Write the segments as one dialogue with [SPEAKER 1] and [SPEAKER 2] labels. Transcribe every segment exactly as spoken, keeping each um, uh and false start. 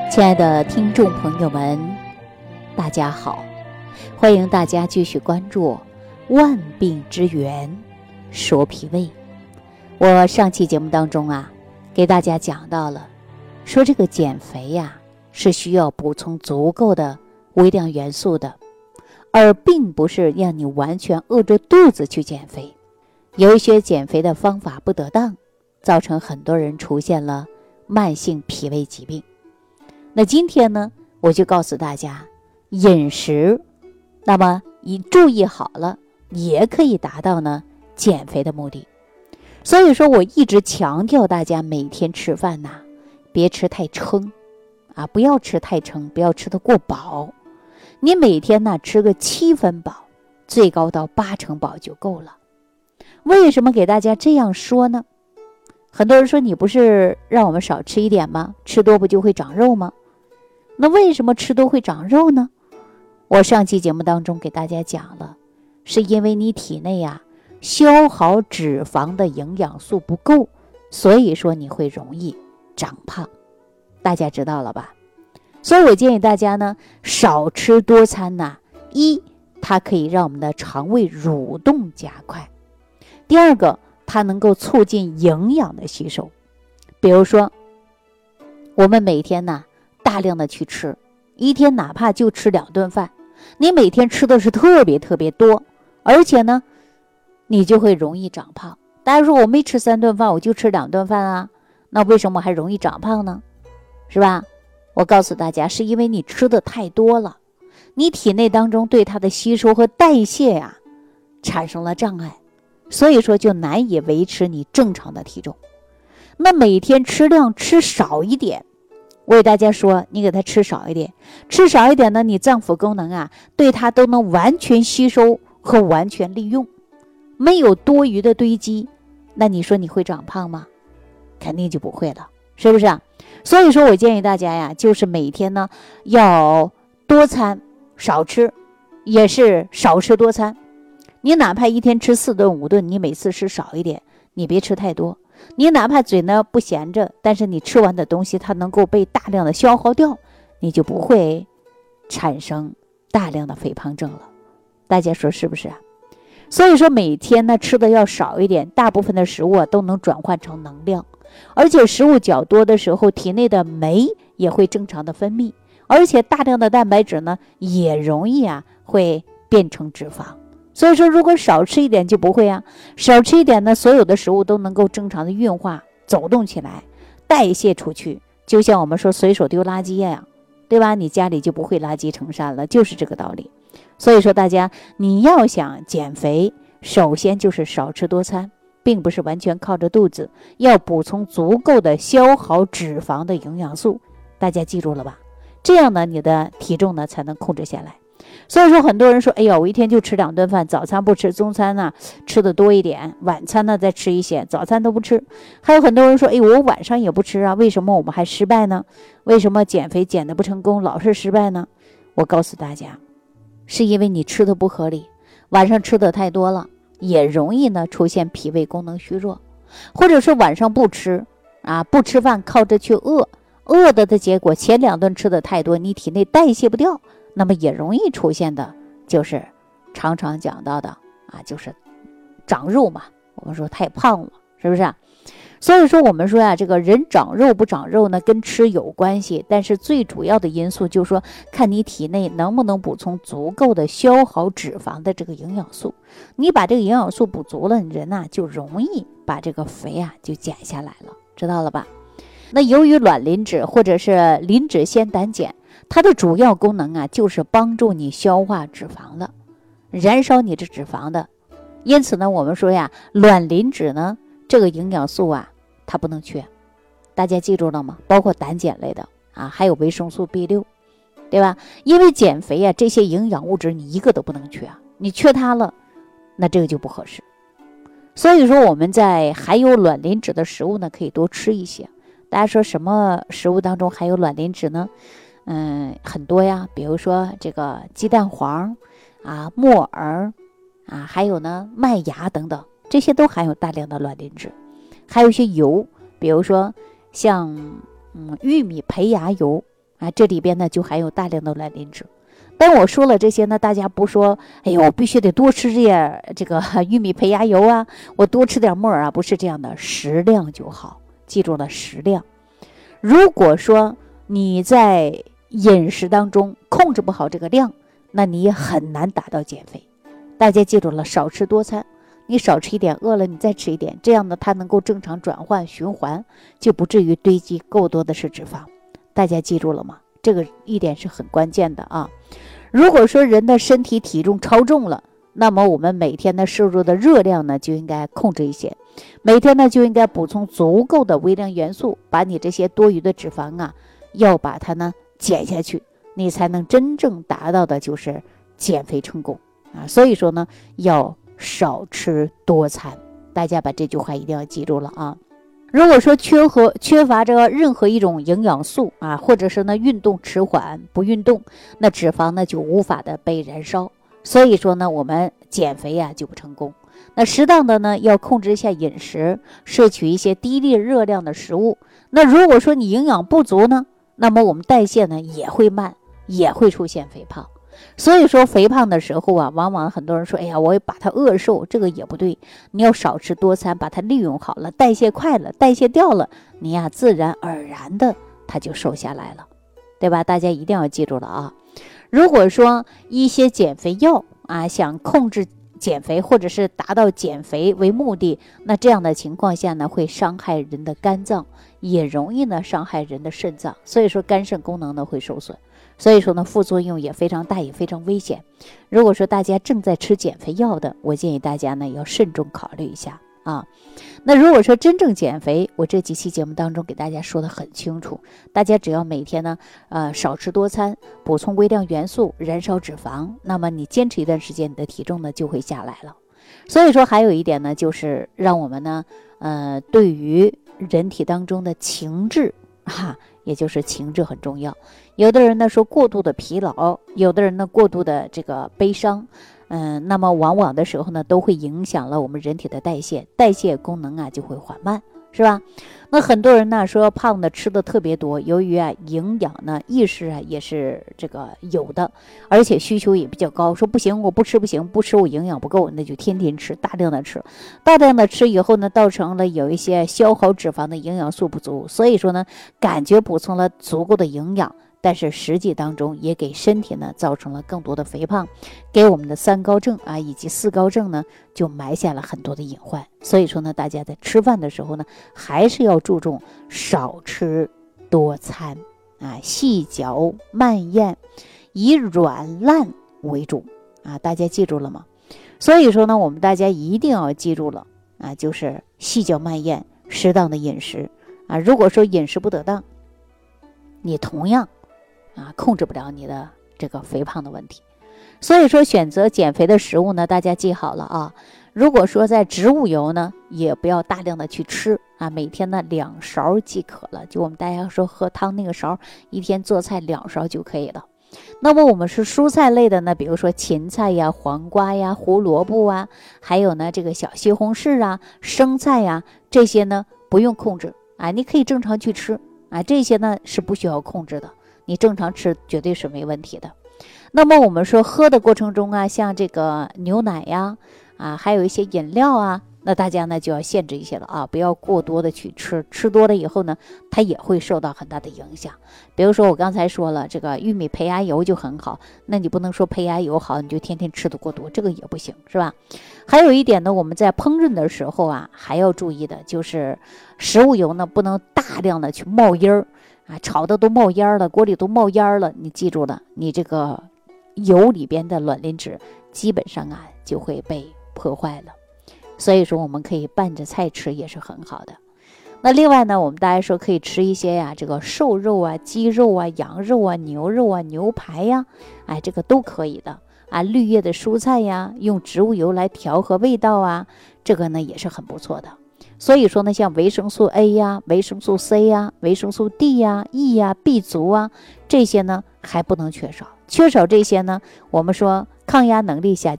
[SPEAKER 1] 亲爱的听众朋友们，大家好，欢迎大家继续关注万病之源说脾胃。我上期节目当中啊，给大家讲到了，说这个减肥呀、啊、是需要补充足够的微量元素的，而并不是让你完全饿着肚子去减肥。有一些减肥的方法不得当，造成很多人出现了慢性脾胃疾病。那今天呢，我就告诉大家，饮食那么你注意好了，也可以达到呢减肥的目的。所以说我一直强调大家每天吃饭呐、啊，别吃太撑啊，不要吃太撑，不要吃得过饱。你每天呢吃个七分饱，最高到八成饱就够了。为什么给大家这样说呢？很多人说，你不是让我们少吃一点吗？吃多不就会长肉吗？那为什么吃多会长肉呢？我上期节目当中给大家讲了，是因为你体内啊消耗脂肪的营养素不够，所以说你会容易长胖。大家知道了吧？所以我建议大家呢少吃多餐呐、啊，一它可以让我们的肠胃蠕动加快，第二个它能够促进营养的吸收。比如说我们每天呢大量的去吃，一天哪怕就吃两顿饭，你每天吃的是特别特别多，而且呢你就会容易长胖。大家说我没吃三顿饭，我就吃两顿饭啊，那为什么还容易长胖呢？是吧？我告诉大家，是因为你吃的太多了，你体内当中对它的吸收和代谢呀、啊、产生了障碍，所以说就难以维持你正常的体重。那每天吃量吃少一点，我给大家说，你给它吃少一点，吃少一点呢，你脏腑功能啊对它都能完全吸收和完全利用，没有多余的堆积，那你说你会长胖吗？肯定就不会了，是不是啊？所以说我建议大家呀，就是每天呢要多餐少吃，也是少吃多餐。你哪怕一天吃四顿五顿，你每次吃少一点，你别吃太多。你哪怕嘴呢不闲着，但是你吃完的东西它能够被大量的消耗掉，你就不会产生大量的肥胖症了。大家说是不是啊？所以说每天呢吃的要少一点，大部分的食物啊都能转换成能量，而且食物较多的时候，体内的酶也会正常的分泌，而且大量的蛋白质呢也容易啊会变成脂肪。所以说如果少吃一点就不会啊，少吃一点呢，所有的食物都能够正常的运化走动起来，代谢出去，就像我们说随手丢垃圾一样，对吧？你家里就不会垃圾成山了，就是这个道理。所以说大家你要想减肥，首先就是少吃多餐，并不是完全靠着肚子，要补充足够的消耗脂肪的营养素，大家记住了吧？这样呢你的体重呢才能控制下来。所以说很多人说，哎呀，我一天就吃两顿饭，早餐不吃，中餐呢吃的多一点，晚餐呢再吃一些，早餐都不吃。还有很多人说，哎，我晚上也不吃啊，为什么我们还失败呢？为什么减肥减得不成功，老是失败呢？我告诉大家，是因为你吃的不合理，晚上吃的太多了，也容易呢出现脾胃功能虚弱，或者是晚上不吃啊，不吃饭靠着去饿，饿的的结果前两顿吃的太多，你体内代谢不掉，那么也容易出现的就是常常讲到的啊，就是长肉嘛，我们说太胖了，是不是啊？所以说我们说呀、啊，这个人长肉不长肉呢跟吃有关系，但是最主要的因素就是说看你体内能不能补充足够的消耗脂肪的这个营养素。你把这个营养素补足了，人呐、啊、就容易把这个肥啊就减下来了，知道了吧？那由于卵磷脂或者是磷脂酰胆碱，它的主要功能啊就是帮助你消化脂肪的，燃烧你的脂肪的。因此呢我们说呀，卵磷脂呢这个营养素啊它不能缺，大家记住了吗？包括胆碱类的啊，还有维生素 B 六， 对吧？因为减肥啊这些营养物质你一个都不能缺啊，你缺它了那这个就不合适。所以说我们在含有卵磷脂的食物呢可以多吃一些。大家说什么食物当中含有卵磷脂呢？嗯，很多呀，比如说这个鸡蛋黄啊、木耳啊，还有呢麦芽等等，这些都含有大量的卵磷脂。还有一些油，比如说像嗯玉米胚芽油啊，这里边呢就含有大量的卵磷脂。但我说了这些呢，大家不说，哎呦，我必须得多吃这些这个玉米胚芽油啊，我多吃点木耳啊，不是这样的，适量就好，记住了，适量。如果说你在饮食当中控制不好这个量，那你也很难达到减肥。大家记住了，少吃多餐，你少吃一点，饿了你再吃一点，这样呢它能够正常转换循环，就不至于堆积够多的是脂肪。大家记住了吗？这个一点是很关键的啊。如果说人的身体体重超重了，那么我们每天的摄入的热量呢就应该控制一些，每天呢就应该补充足够的微量元素，把你这些多余的脂肪啊要把它呢减下去，你才能真正达到的就是减肥成功啊。所以说呢要少吃多餐，大家把这句话一定要记住了啊。如果说缺和缺乏这个任何一种营养素啊，或者是呢运动迟缓不运动，那脂肪呢就无法的被燃烧，所以说呢我们减肥呀、啊、就不成功。那适当的呢要控制一下饮食，摄取一些低热热量的食物。那如果说你营养不足呢，那么我们代谢呢也会慢，也会出现肥胖。所以说肥胖的时候啊，往往很多人说，哎呀，我把它饿瘦，这个也不对。你要少吃多餐，把它利用好了，代谢快了，代谢掉了，你呀自然而然的它就瘦下来了，对吧？大家一定要记住了啊。如果说一些减肥药啊，想控制减肥或者是达到减肥为目的，那这样的情况下呢，会伤害人的肝脏，也容易呢伤害人的肾脏，所以说肝肾功能呢会受损。所以说呢，副作用也非常大，也非常危险。如果说大家正在吃减肥药的，我建议大家呢要慎重考虑一下啊。那如果说真正减肥，我这几期节目当中给大家说的很清楚，大家只要每天呢，呃，少吃多餐，补充微量元素，燃烧脂肪，那么你坚持一段时间，你的体重呢就会下来了。所以说还有一点呢，就是让我们呢，呃，对于人体当中的情志哈。也就是情志很重要。有的人呢说过度的疲劳，有的人呢过度的这个悲伤，嗯，那么往往的时候呢都会影响了我们人体的代谢，代谢功能啊就会缓慢，是吧？那很多人呢说胖的吃的特别多，由于啊营养呢意识啊也是这个有的，而且需求也比较高，说不行我不吃不行，不吃我营养不够，那就天天吃，大量的吃，大量的吃以后呢，造成了有一些消耗脂肪的营养素不足，所以说呢感觉补充了足够的营养，但是实际当中也给身体呢造成了更多的肥胖，给我们的三高症啊以及四高症呢就埋下了很多的隐患。所以说呢，大家在吃饭的时候呢，还是要注重少吃多餐啊，细嚼慢咽，以软烂为主啊，大家记住了吗？所以说呢，我们大家一定要记住了啊，就是细嚼慢咽，适当的饮食啊。如果说饮食不得当，你同样啊控制不了你的这个肥胖的问题。所以说选择减肥的食物呢，大家记好了啊。如果说在植物油呢，也不要大量的去吃啊，每天呢两勺即可了。就我们大家说喝汤那个勺，一天做菜两勺就可以了。那么我们是蔬菜类的呢，比如说芹菜呀、黄瓜呀、胡萝卜啊，还有呢这个小西红柿啊、生菜呀，这些呢不用控制啊，你可以正常去吃啊，这些呢是不需要控制的，你正常吃绝对是没问题的。那么我们说喝的过程中啊，像这个牛奶呀啊，还有一些饮料啊，那大家呢就要限制一些了啊，不要过多的去吃，吃多了以后呢，它也会受到很大的影响。比如说我刚才说了，这个玉米胚芽油就很好，那你不能说胚芽油好，你就天天吃的过多，这个也不行，是吧？还有一点呢，我们在烹饪的时候啊，还要注意的就是食物油呢不能大量的去冒烟儿啊，炒的都冒烟了，锅里都冒烟了，你记住了，你这个油里边的卵磷脂基本上啊就会被破坏了。所以说我们可以拌着菜吃也是很好的。那另外呢，我们大家说可以吃一些呀、啊，这个瘦肉啊、鸡肉啊、羊肉啊、牛肉啊、牛排呀，哎，这个都可以的啊。绿叶的蔬菜呀，用植物油来调和味道啊，这个呢也是很不错的。所以说呢，像维生素 A 呀、维生素 C 呀、维生素 D 呀、E 呀、B 族啊，这些呢还不能缺少。缺少这些呢，我们说抗压能力下降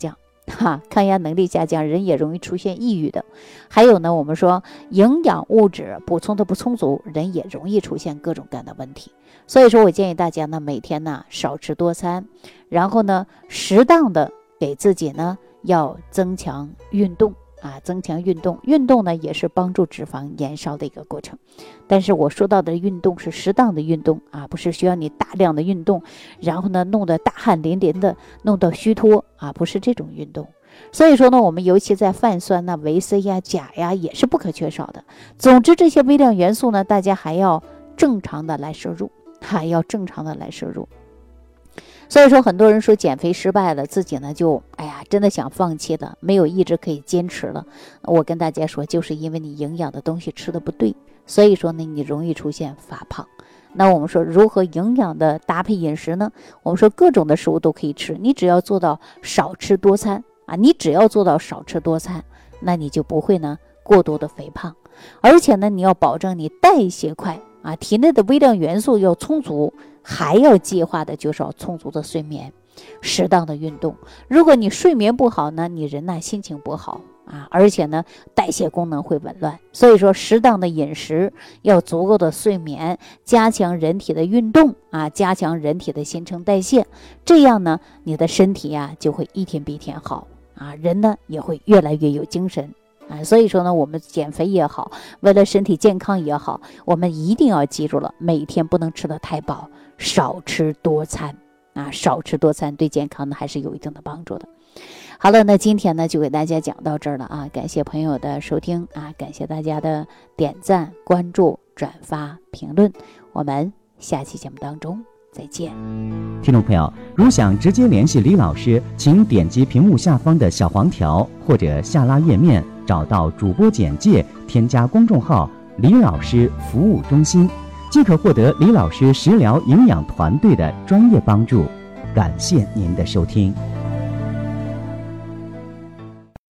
[SPEAKER 1] 哈，抗压能力下降，人也容易出现抑郁的。还有呢，我们说营养物质补充的不充足，人也容易出现各种各样的问题。所以说我建议大家呢，每天呢少吃多餐，然后呢适当的给自己呢要增强运动啊，增强运动，运动呢也是帮助脂肪燃烧的一个过程。但是我说到的运动是适当的运动啊，不是需要你大量的运动，然后呢弄得大汗淋漓的，弄到虚脱啊，不是这种运动。所以说呢，我们尤其在泛酸呐、维 C 呀、钾呀也是不可缺少的。总之这些微量元素呢，大家还要正常的来摄入，还要正常的来摄入。所以说很多人说减肥失败了，自己呢就哎呀真的想放弃的，没有意志可以坚持了。我跟大家说，就是因为你营养的东西吃的不对，所以说呢你容易出现发胖。那我们说如何营养的搭配饮食呢？我们说各种的食物都可以吃，你只要做到少吃多餐啊，你只要做到少吃多餐，那你就不会呢过多的肥胖。而且呢你要保证你代谢快啊，体内的微量元素要充足，还要计划的就是要充足的睡眠，适当的运动。如果你睡眠不好呢，你人呢心情不好啊，而且呢代谢功能会紊乱。所以说适当的饮食，要足够的睡眠，加强人体的运动啊，加强人体的新陈代谢，这样呢你的身体呀、啊、就会一天比一天好啊，人呢也会越来越有精神啊。所以说呢，我们减肥也好，为了身体健康也好，我们一定要记住了，每天不能吃得太饱，少吃多餐啊，少吃多餐对健康呢还是有一定的帮助的。好了，那今天呢就给大家讲到这儿了啊，感谢朋友的收听啊，感谢大家的点赞、关注、转发、评论，我们下期节目当中再见。
[SPEAKER 2] 听众朋友，如想直接联系李老师，请点击屏幕下方的小黄条或者下拉页面，找到主播简介，添加公众号李老师服务中心，即可获得李老师食疗营养团队的专业帮助。感谢您的收听。